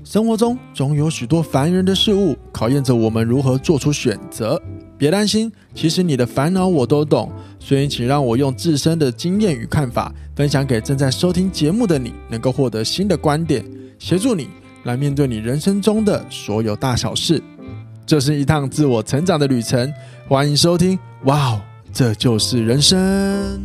生活中总有许多烦人的事物，考验着我们如何做出选择。别担心，其实你的烦恼我都懂，所以请让我用自身的经验与看法，分享给正在收听节目的你，能够获得新的观点，协助你来面对你人生中的所有大小事。这是一趟自我成长的旅程，欢迎收听。哇哦，这就是人生。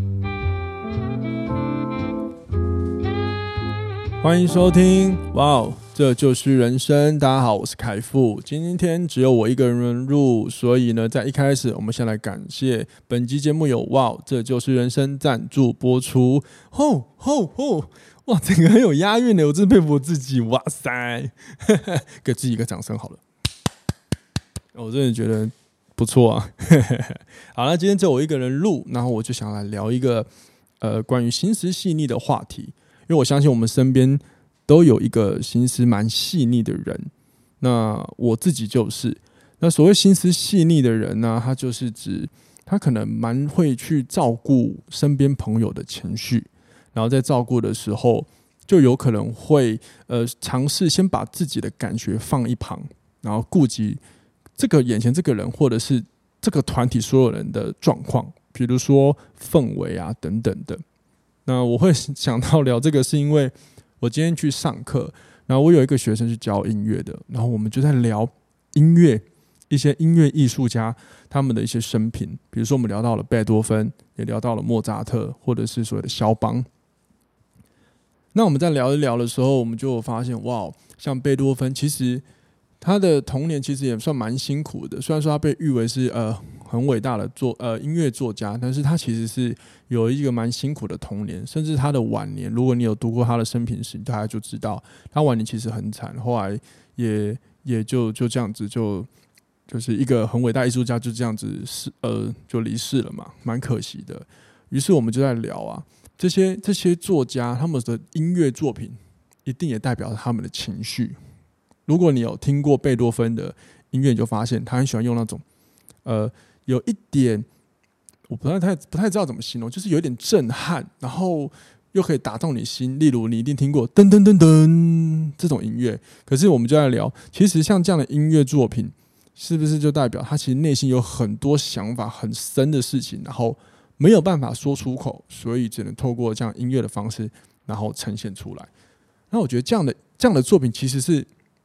欢迎收听，哇哦，这就是人生。大家好，我是凯富。今天只有我一个人录，所以呢，在一开始，我们先来感谢本集节目有哇哦，这就是人生赞助播出。吼吼吼！哇，整个很有押韵的，我真佩服我自己。哇塞，给自己一个掌声好了。我真的觉得不错啊。好了，今天只有我一个人录，然后我就想来聊一个关于心思细腻的话题。因为我相信我们身边都有一个心思蛮细腻的人，那我自己就是。那所谓心思细腻的人呢，他就是指他可能蛮会去照顾身边朋友的情绪，然后在照顾的时候，就有可能会尝试先把自己的感觉放一旁，然后顾及这个眼前这个人或者是这个团体所有人的状况，比如说氛围啊等等的。那我会想到聊这个，是因为我今天去上课，然后我有一个学生是教音乐的，然后我们就在聊音乐，一些音乐艺术家他们的一些生平，比如说我们聊到了贝多芬，也聊到了莫扎特，或者是所谓的肖邦。那我们在聊一聊的时候，我们就发现，哇，像贝多芬，其实他的童年其实也算蛮辛苦的，虽然说他被誉为是很伟大的音乐作家，但是他其实是有一个蛮辛苦的童年，甚至他的晚年，如果你有读过他的生平史，大家就知道他晚年其实很惨，后来也就这样子，就是一个很伟大艺术家就这样子就离世了嘛，蛮可惜的。于是我们就在聊啊，这些作家他们的音乐作品一定也代表他们的情绪。如果你有听过贝多芬的音乐，你就发现他很喜欢用那种有一点我不太知道怎么形容，就是有一点震撼，然后又可以打动你心。例如你一定听过噔噔噔噔这种音乐，可是我们就在聊，其实像这样的音乐作品，是不是就代表他其实内心有很多想法很深的事情，然后没有办法说出口，所以只能透过这样音乐的方式，然后呈现出来。那我觉得这样的作品其实是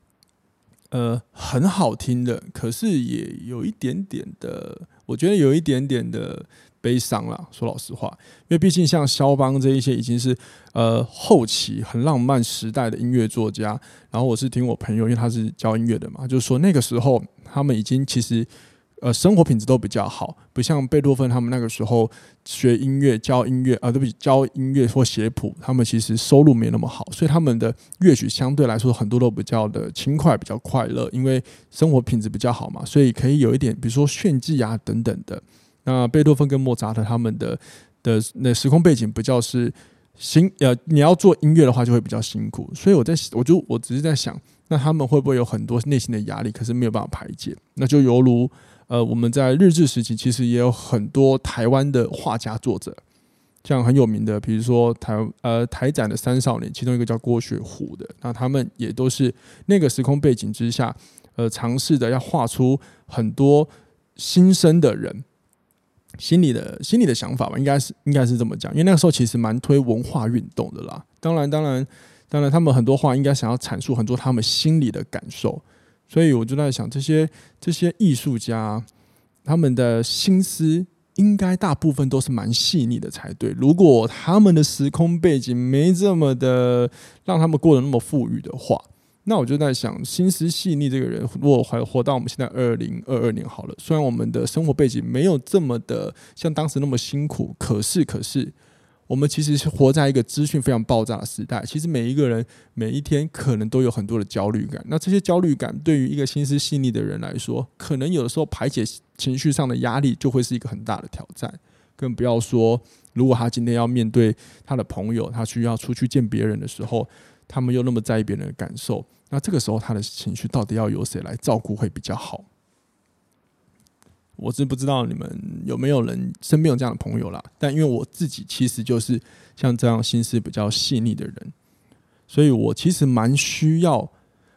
很好听的，可是也有一点点的，我觉得有一点点的悲伤啦。说老实话，因为毕竟像肖邦这一些已经是后期很浪漫时代的音乐作家。然后我是听我朋友，因为他是教音乐的嘛，就是说那个时候他们已经其实生活品质都比较好，不像贝多芬他们那个时候学音乐、教音乐对不起，教音乐或写谱，他们其实收入没那么好，所以他们的乐曲相对来说很多都比较的轻快、比较快乐，因为生活品质比较好嘛，所以可以有一点，比如说炫技啊等等的。那贝多芬跟莫扎特他们的那时空背景比较是你要做音乐的话就会比较辛苦，所以我只是在想，那他们会不会有很多内心的压力，可是没有办法排解？那就犹如我们在日治时期其实也有很多台湾的画家作者，像很有名的，比如说台展的3少年，其中一个叫郭学虎的，那他们也都是那个时空背景之下，尝试的要画出很多新生的人心里的想法吧，应该是这么讲，因为那个时候其实蛮推文化运动的啦。当然，他们很多话应该想要阐述很多他们心里的感受。所以我就在想，这些艺术家他们的心思应该大部分都是蛮细腻的才对。如果他们的时空背景没这么的让他们过得那么富裕的话，那我就在想，心思细腻这个人，如果活到我们现在2022年好了，虽然我们的生活背景没有这么的像当时那么辛苦，可是我们其实是活在一个资讯非常爆炸的时代，其实每一个人每一天可能都有很多的焦虑感，那这些焦虑感对于一个心思细腻的人来说，可能有的时候排解情绪上的压力就会是一个很大的挑战，更不要说如果他今天要面对他的朋友，他需要出去见别人的时候，他们又那么在意别人的感受，那这个时候他的情绪到底要由谁来照顾会比较好？我是不知道你们有没有人身边有这样的朋友啦，但因为我自己其实就是像这样心思比较细腻的人，所以我其实蛮需要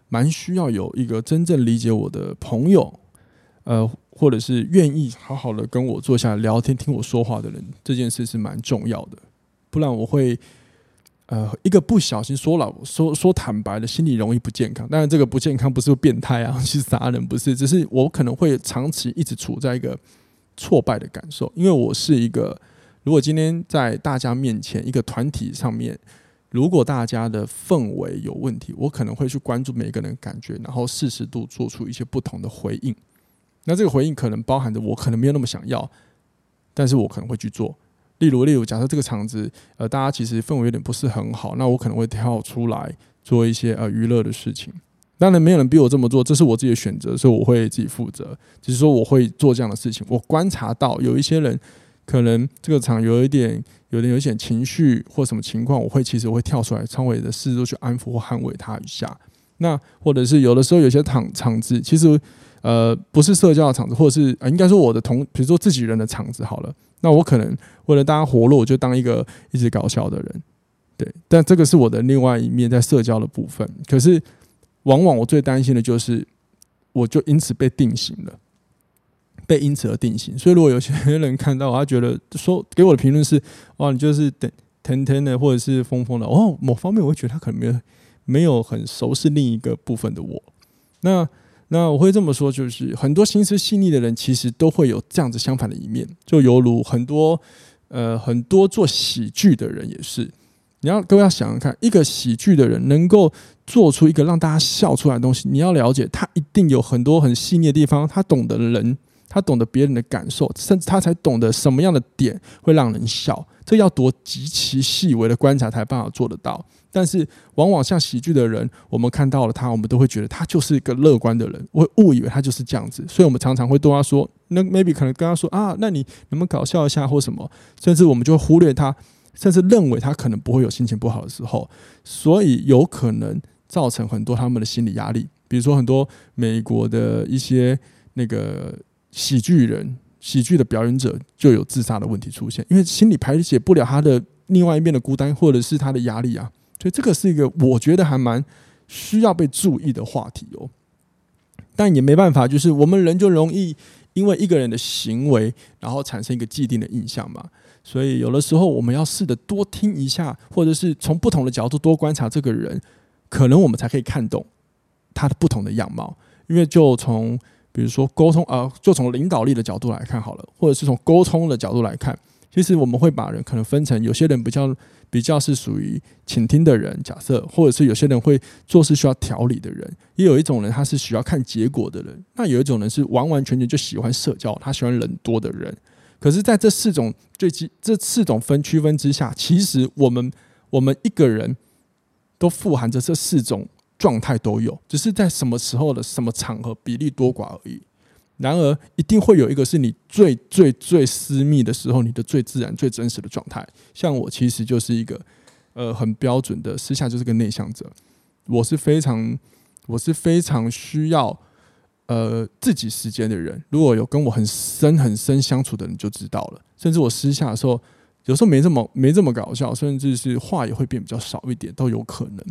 蛮需要有一个真正理解我的朋友，或者是愿意好好的跟我坐下来聊天、听我说话的人，这件事是蛮重要的。不然我会一个不小心说坦白的，心理容易不健康。当然，这个不健康不是变态啊，去杀人不是，只是我可能会长期一直处在一个挫败的感受，因为我是一个，如果今天在大家面前一个团体上面，如果大家的氛围有问题，我可能会去关注每个人的感觉，然后适时度做出一些不同的回应。那这个回应可能包含着我可能没有那么想要，但是我可能会去做。例如，假设这个场子，大家其实氛围有点不是很好，那我可能会跳出来做一些娱乐的事情。当然，没有人逼我这么做，这是我自己的选择，所以我会自己负责。只是说我会做这样的事情。我观察到有一些人可能这个场有一点情绪或什么情况，其实我会跳出来，稍微的试图去安抚或捍卫他一下。那或者是有的时候有些场子，其实不是社交的场子，或者是应该说我的比如说自己人的场子好了。那我可能为了大家活络，我就当一个一直搞笑的人，对。但这个是我的另外一面，在社交的部分。可是往往我最担心的就是，我就因此被定型了，被因此而定型。所以如果有些人看到我，他觉得说给我的评论是哇，你就是甜甜的，或者是疯疯的，某方面我会觉得他可能没有很熟悉另一个部分的我。那我会这么说，就是很多心思细腻的人，其实都会有这样子相反的一面，就犹如很多做喜剧的人也是。各位要想想看，一个喜剧的人能够做出一个让大家笑出来的东西，你要了解他一定有很多很细腻的地方，他懂得人，他懂得别人的感受，甚至他才懂得什么样的点会让人笑。这要多极其细微的观察才办法做得到。但是往往像喜剧的人，我们看到了他，我们都会觉得他就是一个乐观的人，我会误以为他就是这样子，所以我们常常会对他说，那 maybe 可能跟他说啊，那你能不能搞笑一下或什么，甚至我们就会忽略他，甚至认为他可能不会有心情不好的时候，所以有可能造成很多他们的心理压力。比如说很多美国的一些那个喜剧的表演者就有自杀的问题出现，因为心理排解不了他的另外一面的孤单或者是他的压力啊。所以这个是一个我觉得还蛮需要被注意的话题哦。但也没办法，就是我们人就容易因为一个人的行为，然后产生一个既定的印象嘛。所以有的时候我们要试着多听一下，或者是从不同的角度多观察这个人，可能我们才可以看懂他的不同的样貌。因为就从比如说沟通就从领导力的角度来看好了，或者是从沟通的角度来看，其实我们会把人可能分成有些人比较是属于倾听的人，假设，或者是有些人会做事需要条理的人，也有一种人他是需要看结果的人，那有一种人是完完全全就喜欢社交，他喜欢人多的人。可是在这四种区分之下，其实我们一个人都富含着这四种状态都有，只是在什么时候的什么场合比例多寡而已。然而一定会有一个是你最最最私密的时候，你的最自然最真实的状态。像我其实就是一个很标准的私下就是个内向者，我是非常需要自己时间的人。如果有跟我很深相处的人就知道了，甚至我私下的时候有时候没这么搞笑，甚至是话也会变比较少一点都有可能。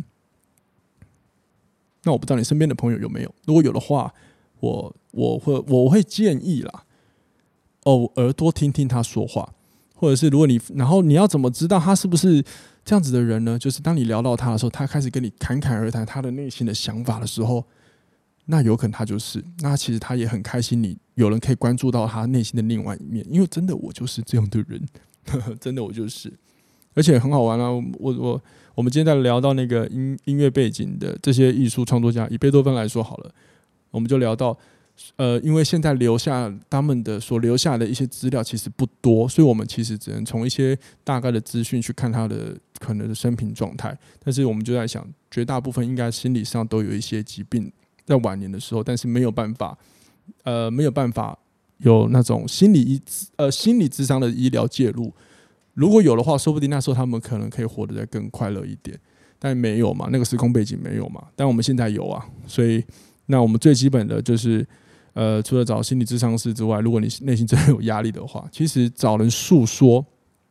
那我不知道你身边的朋友有没有，如果有的话，我会建议啦，偶尔多听听他说话，或者是然后你要怎么知道他是不是这样子的人呢？就是当你聊到他的时候，他开始跟你侃侃而谈他的内心的想法的时候，那有可能他就是，那其实他也很开心，你有人可以关注到他内心的另外一面，因为真的我就是这样的人，真的我就是，而且很好玩啊！我们今天在聊到那个音乐背景的这些艺术创作家，以贝多芬来说好了。我们就聊到，因为现在他们所留下的一些资料其实不多，所以我们其实只能从一些大概的资讯去看他的可能的生平状态。但是我们就在想，绝大部分应该心理上都有一些疾病，在晚年的时候，但是没有办法有那种心理咨商的医疗介入。如果有的话，说不定那时候他们可能可以活得再更快乐一点，但没有嘛，那个时空背景没有嘛，但我们现在有啊，所以。那我们最基本的就是，除了找心理咨商师之外，如果你内心真的有压力的话，其实找人诉说，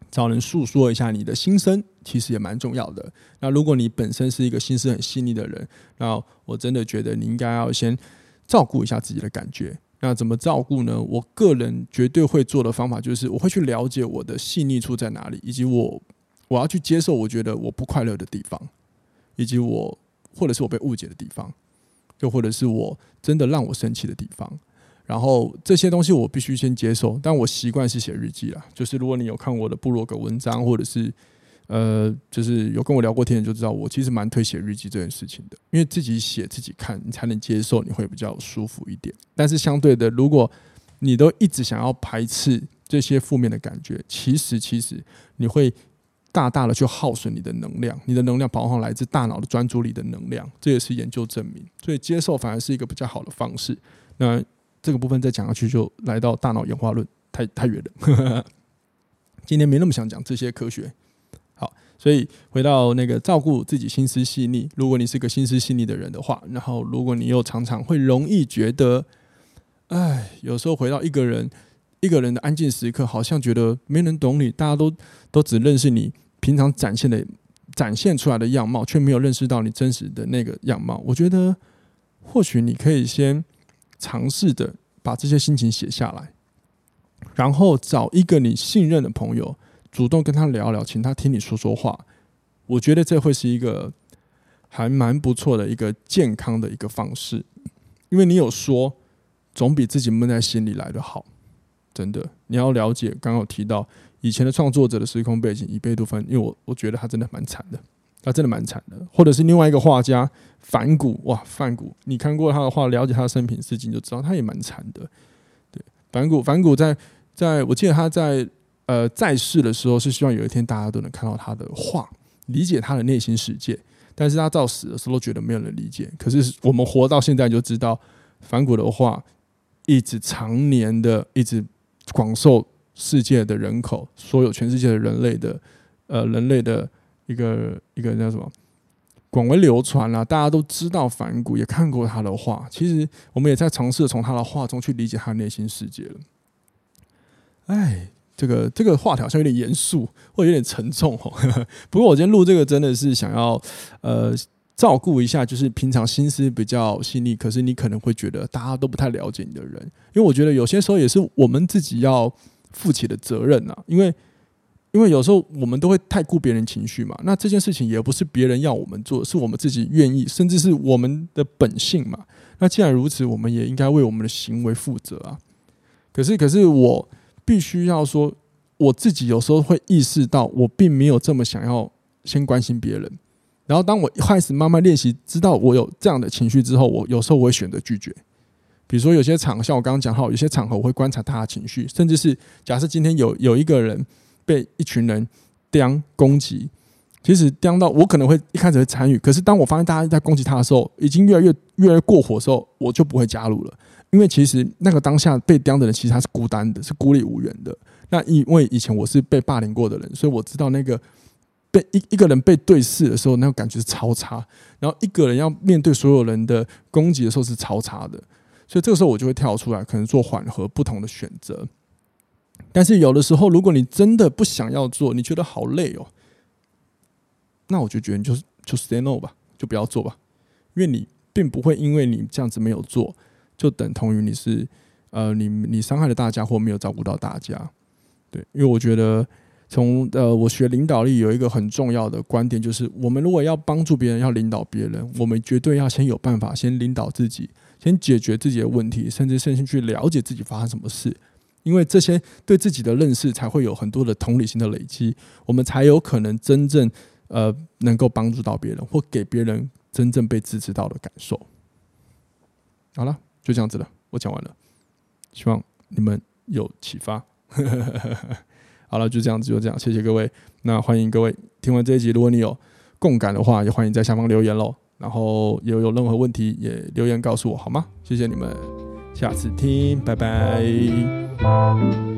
找人诉说一下你的心声，其实也蛮重要的。那如果你本身是一个心思很细腻的人，那我真的觉得你应该要先照顾一下自己的感觉。那怎么照顾呢？我个人绝对会做的方法就是我会去了解我的细腻处在哪里，以及我要去接受我觉得我不快乐的地方，以及或者是我被误解的地方，又或者是我真的让我生气的地方。然后这些东西我必须先接受，但我习惯是写日记啦。就是如果你有看我的部落格文章，或者是就是有跟我聊过天，就知道我其实蛮推写日记这件事情的。因为自己写自己看，你才能接受，你会比较舒服一点。但是相对的，如果你都一直想要排斥这些负面的感觉，其实你会大大的去耗损你的能量，你的能量往往来自大脑的专注力的能量，这也是研究证明。所以接受反而是一个比较好的方式。那这个部分再讲下去就来到大脑演化论，太远了。今天没那么想讲这些科学。好，所以回到那个照顾自己心思细腻，如果你是个心思细腻的人的话，然后如果你又常常会容易觉得，有时候回到一个人的安静时刻，好像觉得没人懂你，大家都只认识你平常展现出来的样貌，却没有认识到你真实的那个样貌。我觉得或许你可以先尝试的把这些心情写下来，然后找一个你信任的朋友，主动跟他聊聊，请他听你说说话。我觉得这会是一个还蛮不错的一个健康的一个方式，因为你有说，总比自己闷在心里来的好。真的，你要了解，刚刚有提到以前的创作者的时空背景，以贝多芬，因为我觉得他真的蛮惨的。他真的蛮惨的，或者是另外一个画家梵谷，梵谷，你看过他的画，了解他的生平事迹，你就知道他也蛮惨的。对，梵谷在我记得他在世的时候是希望有一天大家都能看到他的画，理解他的内心世界，但是他到死的时候都觉得没有人理解。可是我们活到现在就知道，梵谷的画一直常年的一直广受世界的人口，所有全世界的人类的一个叫什么广为流传啦，大家都知道梵谷，也看过他的画。其实我们也在尝试从他的画中去理解他的内心世界了。这个话题好像有点严肃，或有点沉重哦。不过我今天录这个真的是想要照顾一下，就是平常心思比较细腻，可是你可能会觉得大家都不太了解你的人，因为我觉得有些时候也是我们自己要负起的责任啊，因为有时候我们都会太顾别人情绪嘛，那这件事情也不是别人要我们做，是我们自己愿意，甚至是我们的本性嘛。那既然如此，我们也应该为我们的行为负责啊。可是我必须要说，我自己有时候会意识到，我并没有这么想要先关心别人。然后当我开始慢慢练习，知道我有这样的情绪之后，有时候我会选择拒绝。比如说有些场合，像我刚刚讲好，有些场合我会观察他的情绪，甚至是假设今天有一个人被一群人攻击，其实到我可能会一开始会参与，可是当我发现大家在攻击他的时候，已经越来越过火的时候，我就不会加入了。因为其实那个当下被的人，其实他是孤单的，是孤立无援的。那因为以前我是被霸凌过的人，所以我知道那个被一个人被对视的时候，那种感觉是超差。然后一个人要面对所有人的攻击的时候是超差的，所以这个时候我就会跳出来，可能做缓和不同的选择。但是有的时候，如果你真的不想要做，你觉得好累哦，那我就觉得你就 say no 吧，就不要做吧，因为你并不会因为你这样子没有做，就等同于你是你伤害了大家或没有照顾到大家。对，因为我觉得我学领导力有一个很重要的观点，就是我们如果要帮助别人，要领导别人，我们绝对要先有办法，先领导自己，先解决自己的问题，甚至先去了解自己发生什么事。因为这些对自己的认识才会有很多的同理心的累积，我们才有可能真正能够帮助到别人，或给别人真正被支持到的感受。好了，就这样子了，我讲完了，希望你们有启发。好了，就这样，谢谢各位。那欢迎各位听完这一集，如果你有共感的话，也欢迎在下方留言咯。然后有任何问题也留言告诉我好吗？谢谢你们，下次听，拜拜。